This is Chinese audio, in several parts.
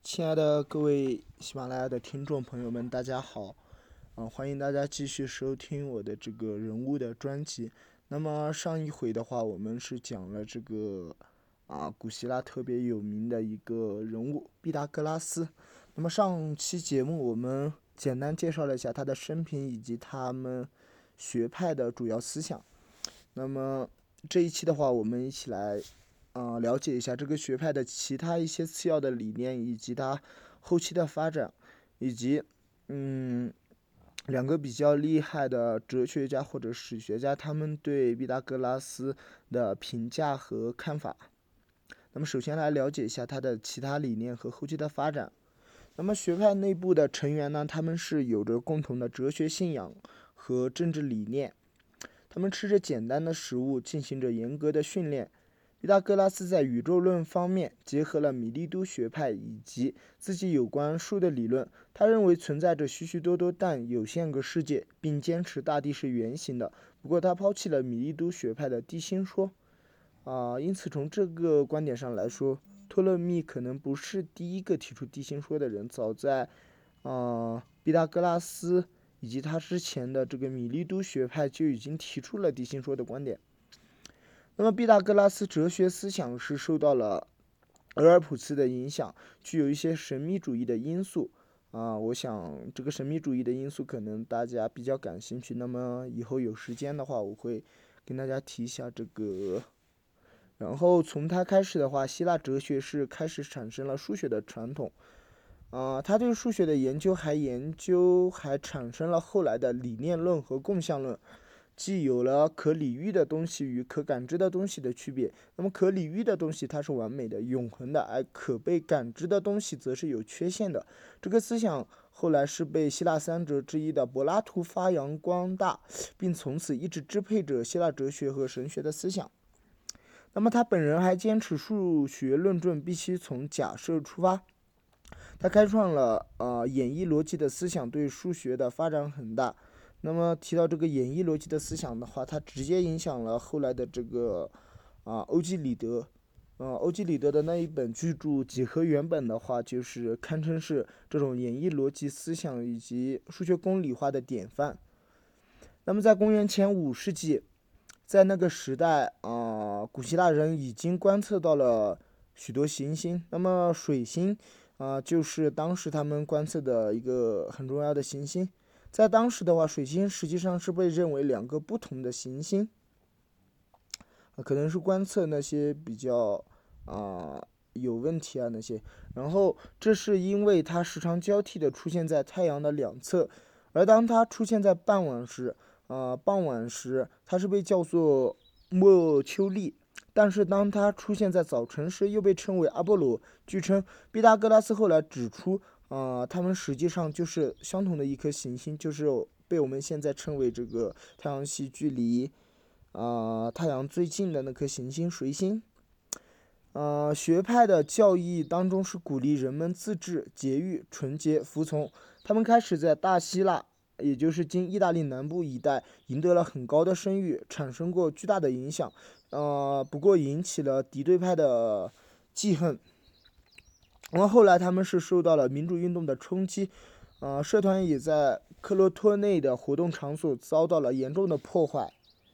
亲爱的各位喜马拉雅的听众朋友们，大家好，欢迎大家继续收听我的这个人物的专辑。那么上一回的话，我们是讲了这个古希腊特别有名的一个人物毕达哥拉斯。那么上期节目我们简单介绍了一下他的生平以及他们学派的主要思想。那么这一期的话，我们一起来了解一下这个学派的其他一些次要的理念，以及它后期的发展，以及嗯两个比较厉害的哲学家或者史学家他们对毕达哥拉斯的评价和看法。那么首先来了解一下他的其他理念和后期的发展。那么学派内部的成员呢，他们是有着共同的哲学信仰和政治理念，他们吃着简单的食物，进行着严格的训练。毕达哥拉斯在宇宙论方面结合了米利都学派以及自己有关数的理论。他认为存在着许许多多但有限个世界，并坚持大地是圆形的。不过他抛弃了米利都学派的地心说。因此从这个观点上来说，托勒密可能不是第一个提出地心说的人。早在毕达哥拉斯以及他之前的这个米利都学派就已经提出了地心说的观点。那么毕达哥拉斯哲学思想是受到了俄尔普斯的影响，具有一些神秘主义的因素。我想这个神秘主义的因素可能大家比较感兴趣。那么以后有时间的话，我会跟大家提一下这个。然后从他开始的话，希腊哲学是开始产生了数学的传统。他对数学的研究还产生了后来的理念论和共相论，既有了可理喻的东西与可感知的东西的区别。那么可理喻的东西它是完美的、永恒的，而可被感知的东西则是有缺陷的。这个思想后来是被希腊三哲之一的柏拉图发扬光大，并从此一直支配着希腊哲学和神学的思想。那么他本人还坚持数学论证必须从假设出发。他开创了演绎逻辑的思想，对数学的发展很大。那么提到这个演绎逻辑的思想的话，它直接影响了后来的这个欧几里得。欧几里得的那一本巨著《几何原本》的话，就是堪称是这种演绎逻辑思想以及数学公理化的典范。那么在公元前5世纪，在那个时代古希腊人已经观测到了许多行星。那么水星就是当时他们观测的一个很重要的行星。在当时的话，水星实际上是被认为两个不同的行星，可能是观测那些比较啊、有问题那些。然后这是因为它时常交替的出现在太阳的两侧，而当它出现在傍晚时，它是被叫做莫丘利。但是当它出现在早晨时，又被称为阿波罗。据称，毕达哥拉斯后来指出，它们实际上就是相同的一颗行星，就是被我们现在称为这个太阳系距离太阳最近的那颗行星水星。学派的教义当中是鼓励人们自治、节欲、纯洁、服从。他们开始在大希腊，也就是今意大利南部一带，赢得了很高的声誉，产生过巨大的影响。不过引起了敌对派的记恨。然后后来他们是受到了民主运动的冲击，社团也在克罗托内的活动场所遭到了严重的破坏。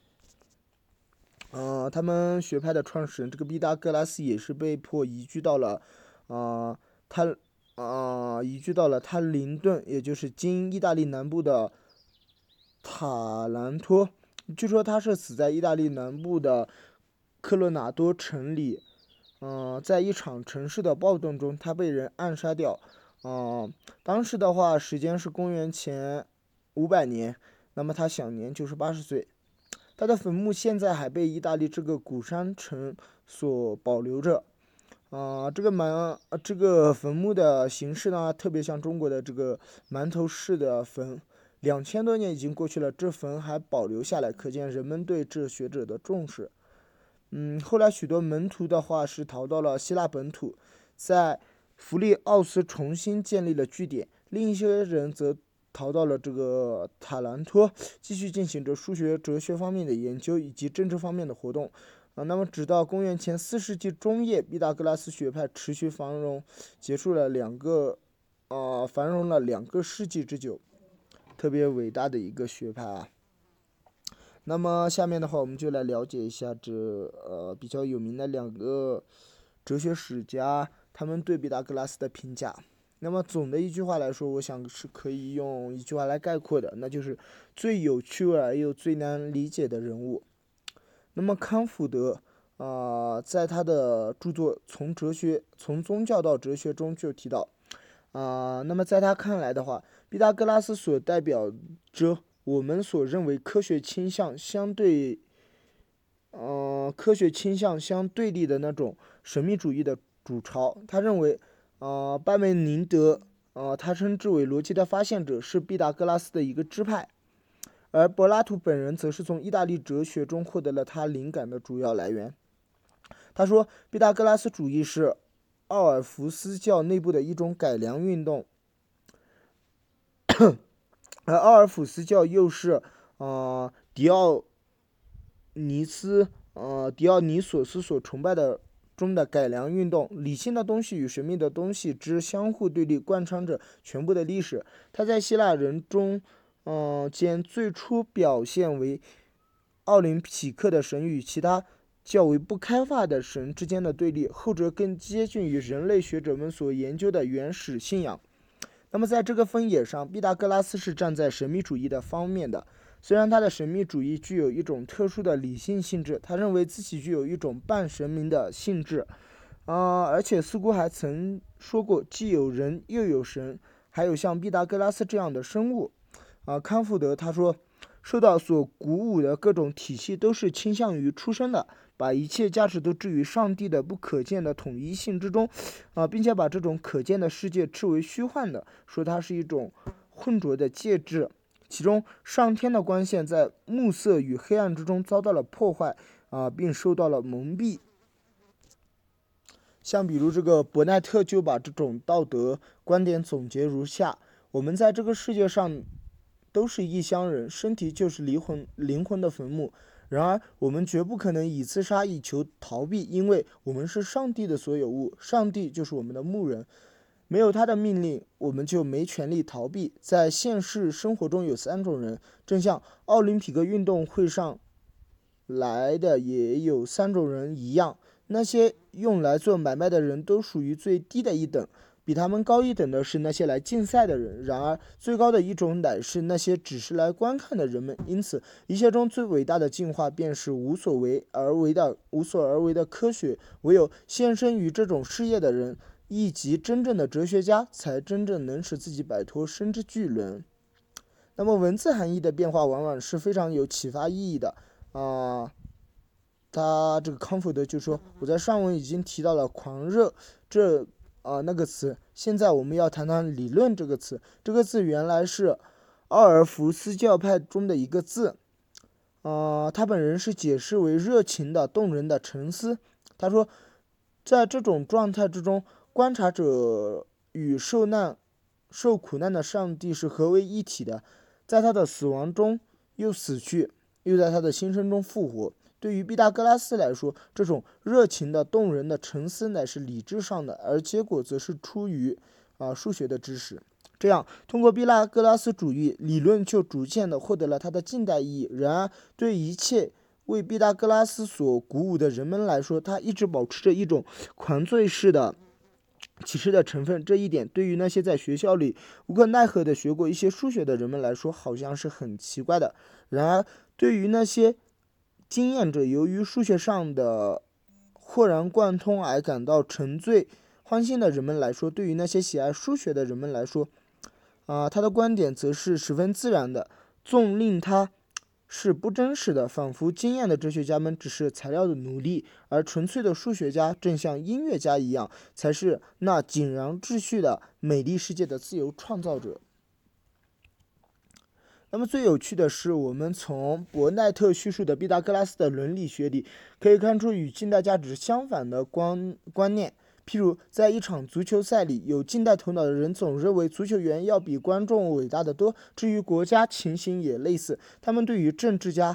他们学派的创始人这个毕达哥拉斯也是被迫呃，他移居到了他林顿，也就是今意大利南部的塔兰托。据说他是死在意大利南部的科罗纳多城里。在一场城市的暴动中，他被人暗杀掉。当时的话，时间是公元前500年，那么他享年就是80岁。他的坟墓现在还被意大利这个古山城所保留着。这个坟墓的形式呢，特别像中国的这个馒头式的坟。2000多年已经过去了，这坟还保留下来，可见人们对这学者的重视。后来许多门徒的话是逃到了希腊本土，在弗利奥斯重新建立了据点，另一些人则逃到了这个塔兰托，继续进行着数学、哲学方面的研究以及政治方面的活动。 那么直到公元前4世纪中叶，毕达哥拉斯学派持续繁荣，结束了繁荣了2个世纪之久，特别伟大的一个学派啊。那么下面的话，我们就来了解一下比较有名的2个哲学史家他们对毕达哥拉斯的评价。那么总的一句话来说，我想是可以用一句话来概括的，那就是最有趣味而又最难理解的人物。那么康福德在他的著作从宗教到哲学中就提到那么在他看来的话，毕达哥拉斯所代表着我们所认为科学倾向相对立的那种神秘主义的主潮。他认为巴门尼德他称之为逻辑的发现者是毕达哥拉斯的一个支派，而柏拉图本人则是从意大利哲学中获得了他灵感的主要来源。他说，毕达哥拉斯主义是奥尔弗斯教内部的一种改良运动，而奥尔弗斯教又是狄奥尼索斯所崇拜的中的改良运动。理性的东西与神秘的东西之相互对立，贯穿着全部的历史。它在希腊人中间最初表现为奥林匹克的神与其他较为不开发的神之间的对立，后者更接近于人类学者们所研究的原始信仰。那么在这个分野上，毕达哥拉斯是站在神秘主义的方面的。虽然他的神秘主义具有一种特殊的理性性质，他认为自己具有一种半神明的性质而且似乎还曾说过既有人又有神，还有像毕达哥拉斯这样的生物康福德他说，受到所鼓舞的各种体系都是倾向于出生的，把一切价值都置于上帝的不可见的统一性之中并且把这种可见的世界视为虚幻的，说它是一种混浊的介质，其中上天的光线在暮色与黑暗之中遭到了破坏并受到了蒙蔽。像比如这个伯奈特就把这种道德观点总结如下：我们在这个世界上都是异乡人，身体就是灵魂的坟墓。然而我们绝不可能以自杀以求逃避，因为我们是上帝的所有物，上帝就是我们的牧人，没有他的命令，我们就没权利逃避。在现实生活中有3种人，正像奥林匹克运动会上来的也有3种人一样，那些用来做买卖的人都属于最低的一等，比他们高一等的是那些来竞赛的人，然而最高的一种乃是那些只是来观看的人们。因此一切中最伟大的进化便是无所而为的科学，唯有献身于这种事业的人，以及真正的哲学家，才真正能使自己摆脱生之巨轮。那么文字含义的变化往往是非常有启发意义的他这个康福德就说，我在上文已经提到了狂热那个词，现在我们要谈谈理论这个词。这个字原来是奥尔弗斯教派中的一个字他本人是解释为热情的、动人的、沉思。他说，在这种状态之中，观察者与受苦难的上帝是合为一体的，在他的死亡中又死去，又在他的新生中复活。对于毕达哥拉斯来说，这种热情的、动人的沉思乃是理智上的，而结果则是出于数学的知识。这样，通过毕达哥拉斯主义理论就逐渐的获得了它的近代意义。然而，对一切为毕达哥拉斯所鼓舞的人们来说，它一直保持着一种狂醉式的启示的成分。这一点对于那些在学校里无可奈何的学过一些数学的人们来说，好像是很奇怪的。然而，对于那些经验者由于数学上的豁然贯通而感到沉醉欢欣的人们来说，对于那些喜爱数学的人们来说他的观点则是十分自然的，纵令他是不真实的，仿佛经验的哲学家们只是材料的奴隶，而纯粹的数学家正像音乐家一样，才是那井然秩序的美丽世界的自由创造者。那么最有趣的是，我们从伯奈特叙述的毕达哥拉斯的伦理学里可以看出与近代价值相反的观念。譬如在一场足球赛里，有近代头脑的人总认为足球员要比观众伟大得多。至于国家，情形也类似，他们对于政治家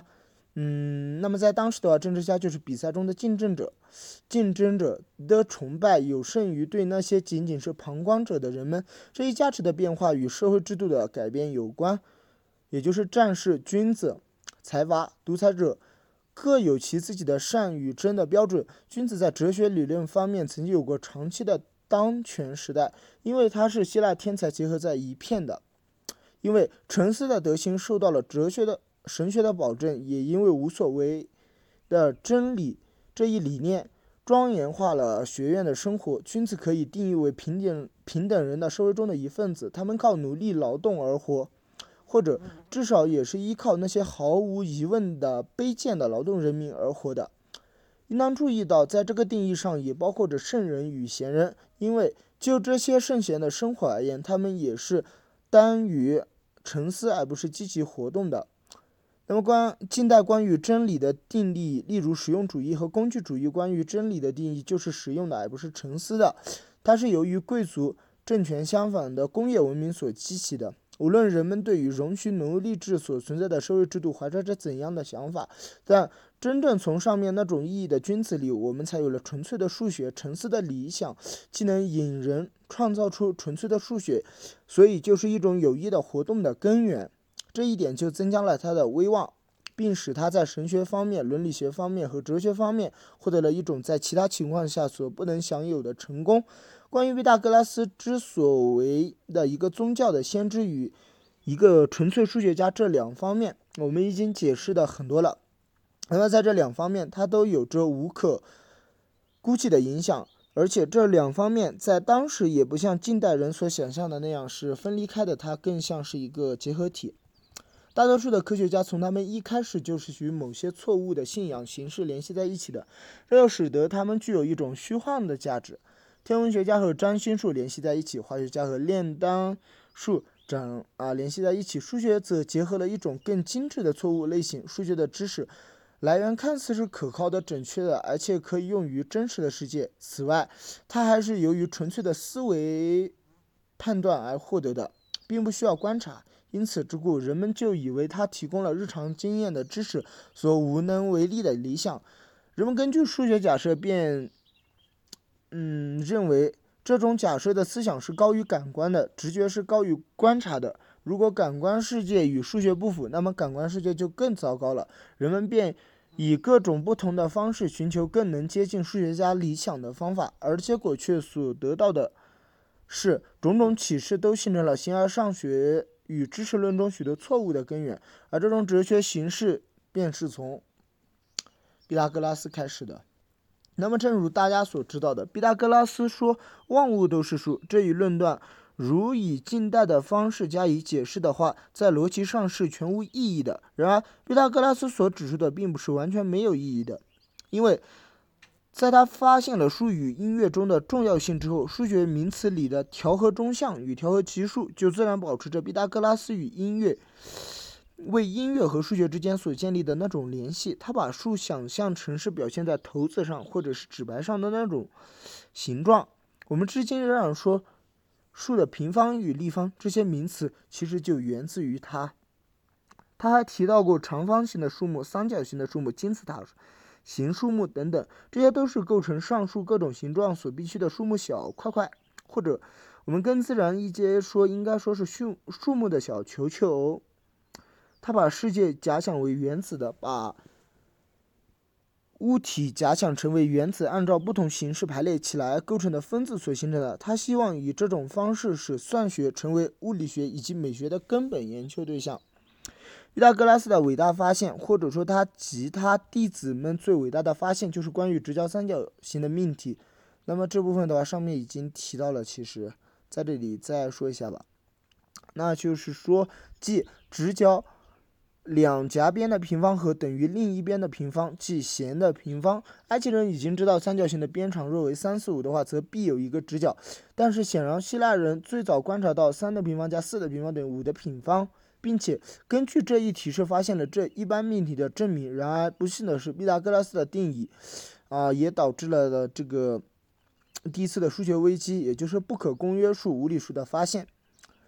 那么在当时的话，政治家就是比赛中的竞争者的崇拜有胜于对那些仅仅是旁观者的人们。这一价值的变化与社会制度的改变有关，也就是战士、君子、财阀、独裁者各有其自己的善与真的标准。君子在哲学理论方面曾经有过长期的当权时代，因为他是希腊天才结合在一片的。因为沉思的德行受到了哲学的神学的保证，也因为无所谓的真理这一理念庄严化了学院的生活。君子可以定义为平等人的社会中的一份子，他们靠努力劳动而活，或者至少也是依靠那些毫无疑问的卑贱的劳动人民而活的。应当注意到，在这个定义上也包括着圣人与贤人，因为就这些圣贤的生活而言，他们也是耽于沉思而不是积极活动的。那么近代关于真理的定义，例如实用主义和工具主义关于真理的定义就是实用的而不是沉思的，它是由于贵族政权相反的工业文明所激起的。无论人们对于容许奴隶制所存在的社会制度怀着怎样的想法，但真正从上面那种意义的君子里，我们才有了纯粹的数学。沉思的理想既能引人创造出纯粹的数学，所以就是一种有益的活动的根源。这一点就增加了他的威望，并使他在神学方面、伦理学方面和哲学方面获得了一种在其他情况下所不能享有的成功。关于毕达哥拉斯之所为的一个宗教的先知与一个纯粹数学家这两方面，我们已经解释的很多了。那么在这两方面，它都有着无可估计的影响，而且这两方面在当时也不像近代人所想象的那样是分离开的，它更像是一个结合体。大多数的科学家从他们一开始就是与某些错误的信仰形式联系在一起的，这又使得他们具有一种虚幻的价值。天文学家和占星术联系在一起，化学家和炼丹术联系在一起，数学则结合了一种更精致的错误类型。数学的知识来源看似是可靠的、准确的，而且可以用于真实的世界。此外，它还是由于纯粹的思维判断而获得的，并不需要观察。因此之故，人们就以为它提供了日常经验的知识所无能为力的理想。人们根据数学假设便认为这种假设的思想是高于感官的，直觉是高于观察的。如果感官世界与数学不符，那么感官世界就更糟糕了。人们便以各种不同的方式寻求更能接近数学家理想的方法，而结果却所得到的是种种启示都形成了形而上学与知识论中许多错误的根源，而这种哲学形式便是从毕达哥拉斯开始的。那么正如大家所知道的，毕达哥拉斯说万物都是数，这一论断如以近代的方式加以解释的话，在逻辑上是全无意义的。然而毕达哥拉斯所指出的并不是完全没有意义的，因为在他发现了数与音乐中的重要性之后，数学名词里的调和中项与调和奇数就自然保持着毕达哥拉斯与为音乐和数学之间所建立的那种联系。他把数想象成是表现在骰子上或者是纸牌上的那种形状。我们至今仍然说数的平方与立方这些名词其实就源自于他。他还提到过长方形的数目、三角形的数目、金字塔形数目等等，这些都是构成上述各种形状所必须的数目小块块，或者我们更自然一些说，应该说是数目的小球球。他把世界假想为原子的，把物体假想成为原子按照不同形式排列起来构成的分子所形成的。他希望以这种方式使算学成为物理学以及美学的根本研究对象。毕达哥拉斯的伟大发现，或者说他及他弟子们最伟大的发现，就是关于直角三角形的命题。那么这部分的话，上面已经提到了，其实在这里再说一下吧。那就是说，即直角两夹边的平方和等于另一边的平方，即弦的平方。埃及人已经知道三角形的边长若为345的话，则必有一个直角。但是显然希腊人最早观察到3的平方加4的平方等于5的平方，并且根据这一提示发现了这一般命题的证明。然而不幸的是，毕达哥拉斯的定义也导致了这个第一次的数学危机，也就是不可公约数无理数的发现。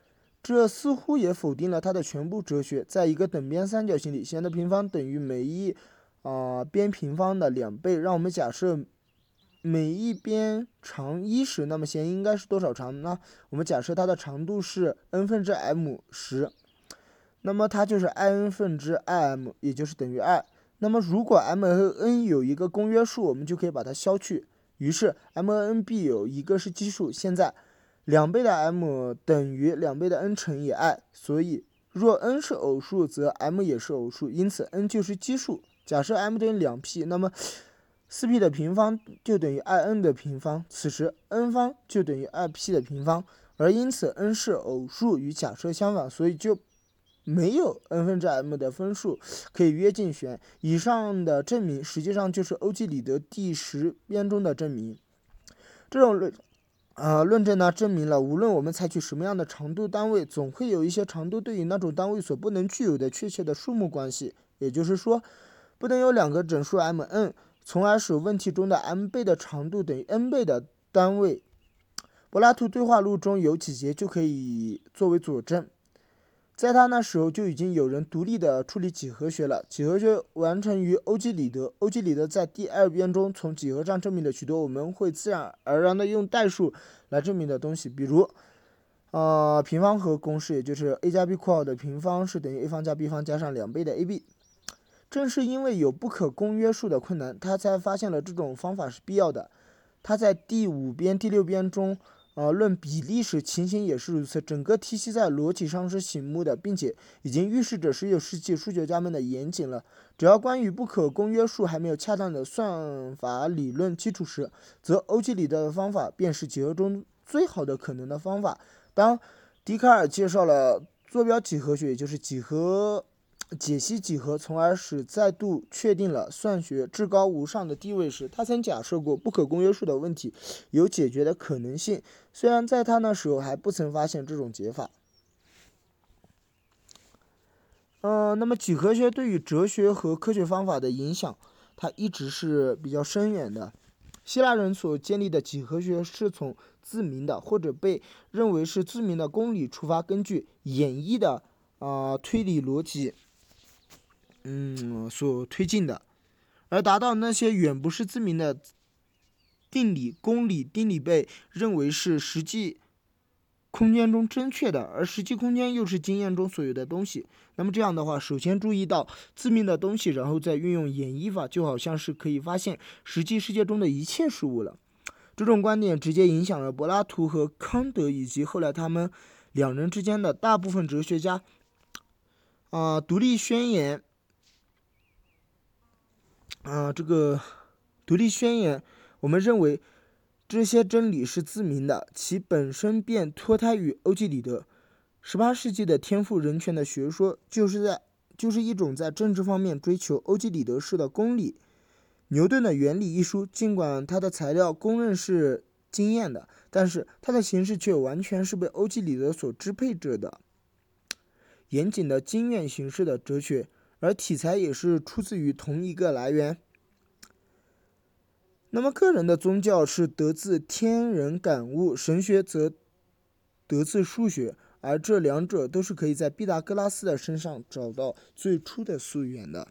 这似乎也否定了它的全部哲学。在一个等边三角形里，弦的平方等于每一边平方的2倍。让我们假设每一边长1时，那么弦应该是多少长呢？我们假设它的长度是 n 分之 m10，那么它就是 in 分之 im， 也就是等于2。那么如果 m 和 n 有一个公约数，我们就可以把它消去。于是 m 和 n 必有一个是奇数。现在2倍的 m 等于2倍的 n 乘以 i， 所以若 n 是偶数，则 m 也是偶数，因此 n 就是奇数。假设 m 等于 2p， 那么 4p 的平方就等于 in 的平方，此时 n 方就等于 2p 的平方，而因此 n 是偶数，与假设相反，所以就没有 n 分之 m 的分数可以约进弦。以上的证明实际上就是欧几里得第10编中的证明。这种论证呢，证明了无论我们采取什么样的长度单位，总会有一些长度对于那种单位所不能具有的确切的数目关系。也就是说，不能有2个整数 mn， 从而使问题中的 m 倍的长度等于 n 倍的单位。柏拉图对话录中有几节就可以作为佐证。在他那时候就已经有人独立的处理几何学了。几何学完成于欧几里得。欧几里得在第2编中从几何上证明了许多我们会自然而然的用代数来证明的东西，比如平方和公式，也就是 a 加 b 括号的平方是等于 a 方加 b 方加上2倍的 ab。正是因为有不可公约数的困难，他才发现了这种方法是必要的。他在第5编、第6编中论比例时情形也是如此。整个体系在逻辑上是醒目的，并且已经预示着19世纪数学家们的严谨了。只要关于不可公约数还没有恰当的算法理论基础时，则欧几里得的方法便是几何中最好的可能的方法。当笛卡尔介绍了坐标几何学，也就是解析几何，从而使再度确定了算学至高无上的地位时，他曾假设过不可公约数的问题有解决的可能性，虽然在他那时候还不曾发现这种解法。那么几何学对于哲学和科学方法的影响，它一直是比较深远的。希腊人所建立的几何学是从自明的或者被认为是自明的公理出发，根据演绎的推理逻辑所推进的，而达到那些远不是自明的定理、公理。定理被认为是实际空间中正确的，而实际空间又是经验中所有的东西。那么这样的话，首先注意到自明的东西，然后再运用演绎法，就好像是可以发现实际世界中的一切事物了。这种观点直接影响了柏拉图和康德，以及后来他们2人之间的大部分哲学家。独立宣言独立宣言，我们认为这些真理是自明的，其本身便脱胎于欧几里得。18世纪的天赋人权的学说就是一种在政治方面追求欧几里得式的公理。牛顿的《原理》一书，尽管它的材料公认是经验的，但是它的形式却完全是被欧几里得所支配着的。严谨的经验形式的哲学，而题材也是出自于同一个来源。那么个人的宗教是得自天人感悟，神学则得自数学，而这2者都是可以在毕达哥拉斯的身上找到最初的溯源的。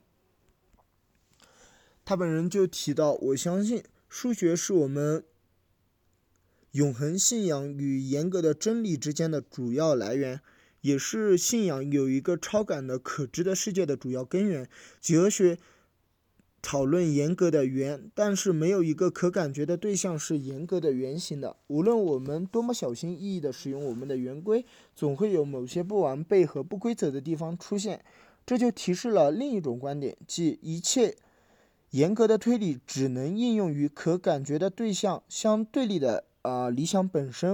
他本人就提到，我相信数学是我们永恒信仰与严格的真理之间的主要来源，也是信仰有一个超感的可知的世界的主要根源。几何学讨论严格的圆，但是没有一个可感觉的对象是严格的圆形的。无论我们多么小心翼翼地使用我们的圆规，总会有某些不完备和不规则的地方出现。这就提示了另一种观点，即一切严格的推理只能应用于可感觉的对象相对立的理想本身。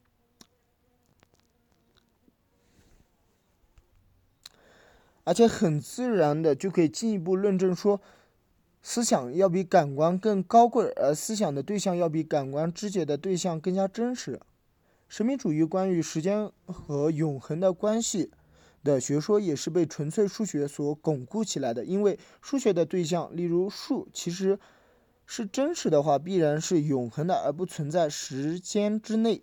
而且很自然的就可以进一步论证说，思想要比感官更高贵，而思想的对象要比感官知觉的对象更加真实。神秘主义关于时间和永恒的关系的学说也是被纯粹数学所巩固起来的，因为数学的对象，例如数，其实是真实的话，必然是永恒的，而不存在时间之内。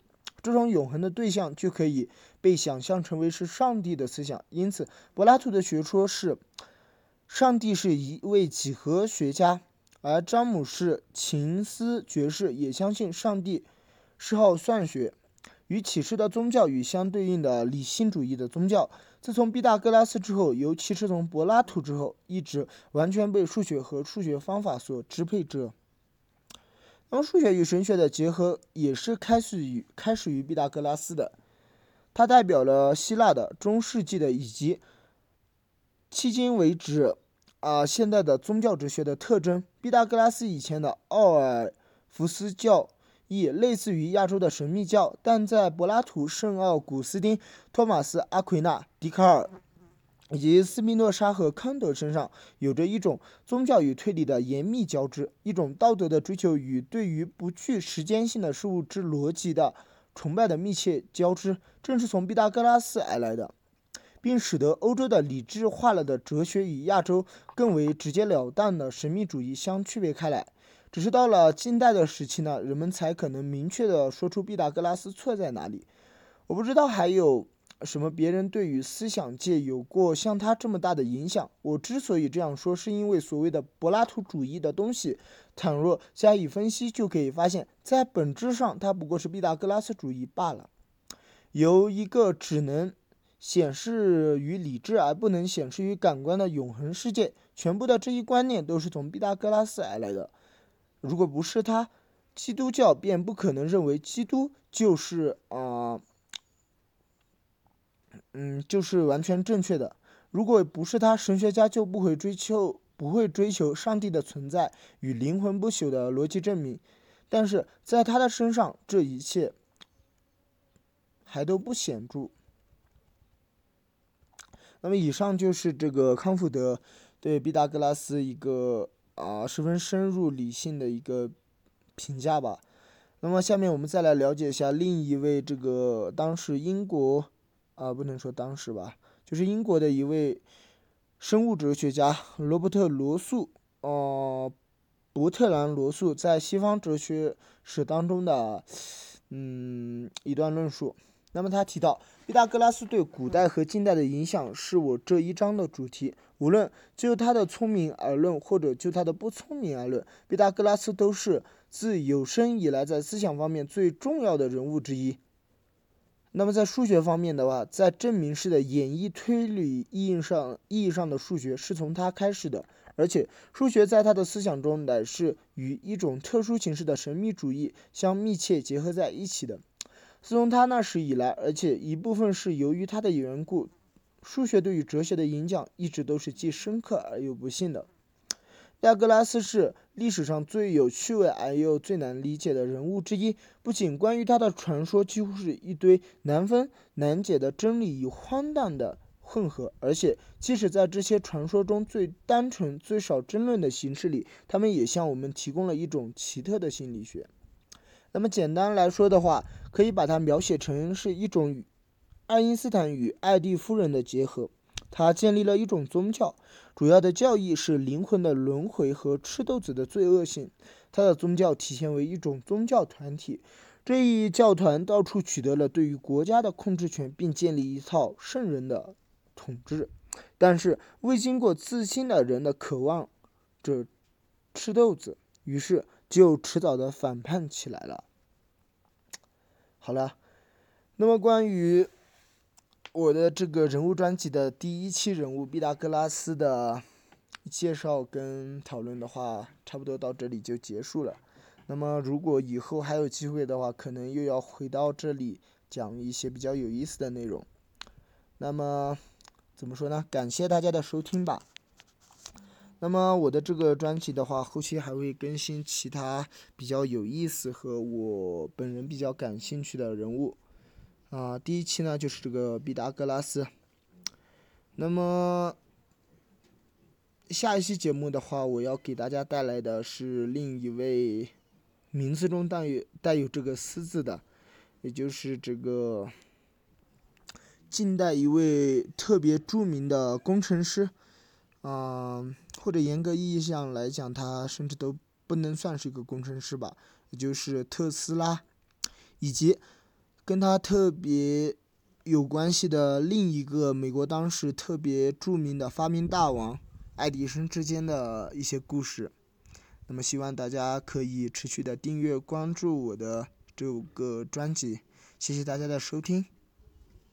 这种永恒的对象就可以被想象成为是上帝的思想。因此，柏拉图的学说是上帝是一位几何学家，而詹姆士·琴斯爵士也相信上帝是号算学。与启示的宗教与相对应的理性主义的宗教，自从毕达哥拉斯之后，尤其是从柏拉图之后，一直完全被数学和数学方法所支配着。那么，数学与神学的结合也是开始于毕达哥拉斯的，它代表了希腊的、中世纪的以及迄今为止现代的宗教哲学的特征。毕达哥拉斯以前的奥尔弗斯教义类似于亚洲的神秘教，但在柏拉图、圣奥古斯丁、托马斯·阿奎那、笛卡尔以及斯宾诺莎和康德身上，有着一种宗教与推理的严密交织，一种道德的追求与对于不具时间性的事物之逻辑的崇拜的密切交织，正是从毕达哥拉斯而来的，并使得欧洲的理智化了的哲学与亚洲更为直截了当的神秘主义相区别开来。只是到了近代的时期呢，人们才可能明确地说出毕达哥拉斯错在哪里。我不知道还有什么别人对于思想界有过像他这么大的影响。我之所以这样说，是因为所谓的柏拉图主义的东西，倘若加以分析，就可以发现，在本质上它不过是毕达哥拉斯主义罢了。由一个只能显示于理智而不能显示于感官的永恒世界，全部的这一观念都是从毕达哥拉斯而来的。如果不是他，基督教便不可能认为基督就是就是完全正确的。如果不是他，神学家就不会追求上帝的存在与灵魂不朽的逻辑证明。但是在他的身上，这一切还都不显著。那么以上就是这个康福德对毕达哥拉斯一个十分深入理性的一个评价吧。那么下面我们再来了解一下另一位这个当时英国不能说当时吧，就是英国的一位生物哲学家罗伯特罗素伯特兰罗素在西方哲学史当中的一段论述。那么他提到，毕达哥拉斯对古代和近代的影响是我这一章的主题。无论就他的聪明而论，或者就他的不聪明而论，毕达哥拉斯都是自有生以来在思想方面最重要的人物之一。那么在数学方面的话，在证明式的演绎推理意义上的数学是从他开始的，而且数学在他的思想中乃是与一种特殊形式的神秘主义相密切结合在一起的。自从他那时以来，而且一部分是由于他的缘故，数学对于哲学的影响一直都是既深刻而又不幸的。毕达哥拉斯是历史上最有趣味而又最难理解的人物之一。不仅关于他的传说几乎是一堆难分难解的真理与荒诞的混合，而且即使在这些传说中最单纯、最少争论的形式里，他们也向我们提供了一种奇特的心理学。那么简单来说的话，可以把它描写成是一种爱因斯坦与爱蒂夫人的结合。他建立了一种宗教，主要的教义是灵魂的轮回和吃豆子的罪恶性。他的宗教体现为一种宗教团体，这一教团到处取得了对于国家的控制权，并建立一套圣人的统治。但是未经过自新的人的渴望着吃豆子，于是就迟早的反叛起来了。好了，那么关于我的这个人物专辑的第一期人物毕达哥拉斯的介绍跟讨论的话，差不多到这里就结束了。那么如果以后还有机会的话，可能又要回到这里讲一些比较有意思的内容。那么怎么说呢？感谢大家的收听吧。那么我的这个专辑的话，后期还会更新其他比较有意思和我本人比较感兴趣的人物。第一期呢就是这个毕达哥拉斯。那么下一期节目的话，我要给大家带来的是另一位名字中带有这个斯字的，也就是这个近代一位特别著名的工程师。或者严格意义上来讲，他甚至都不能算是一个工程师吧，也就是特斯拉，以及跟他特别有关系的另一个美国当时特别著名的发明大王爱迪生之间的一些故事。那么希望大家可以持续的订阅关注我的这个专辑，谢谢大家的收听。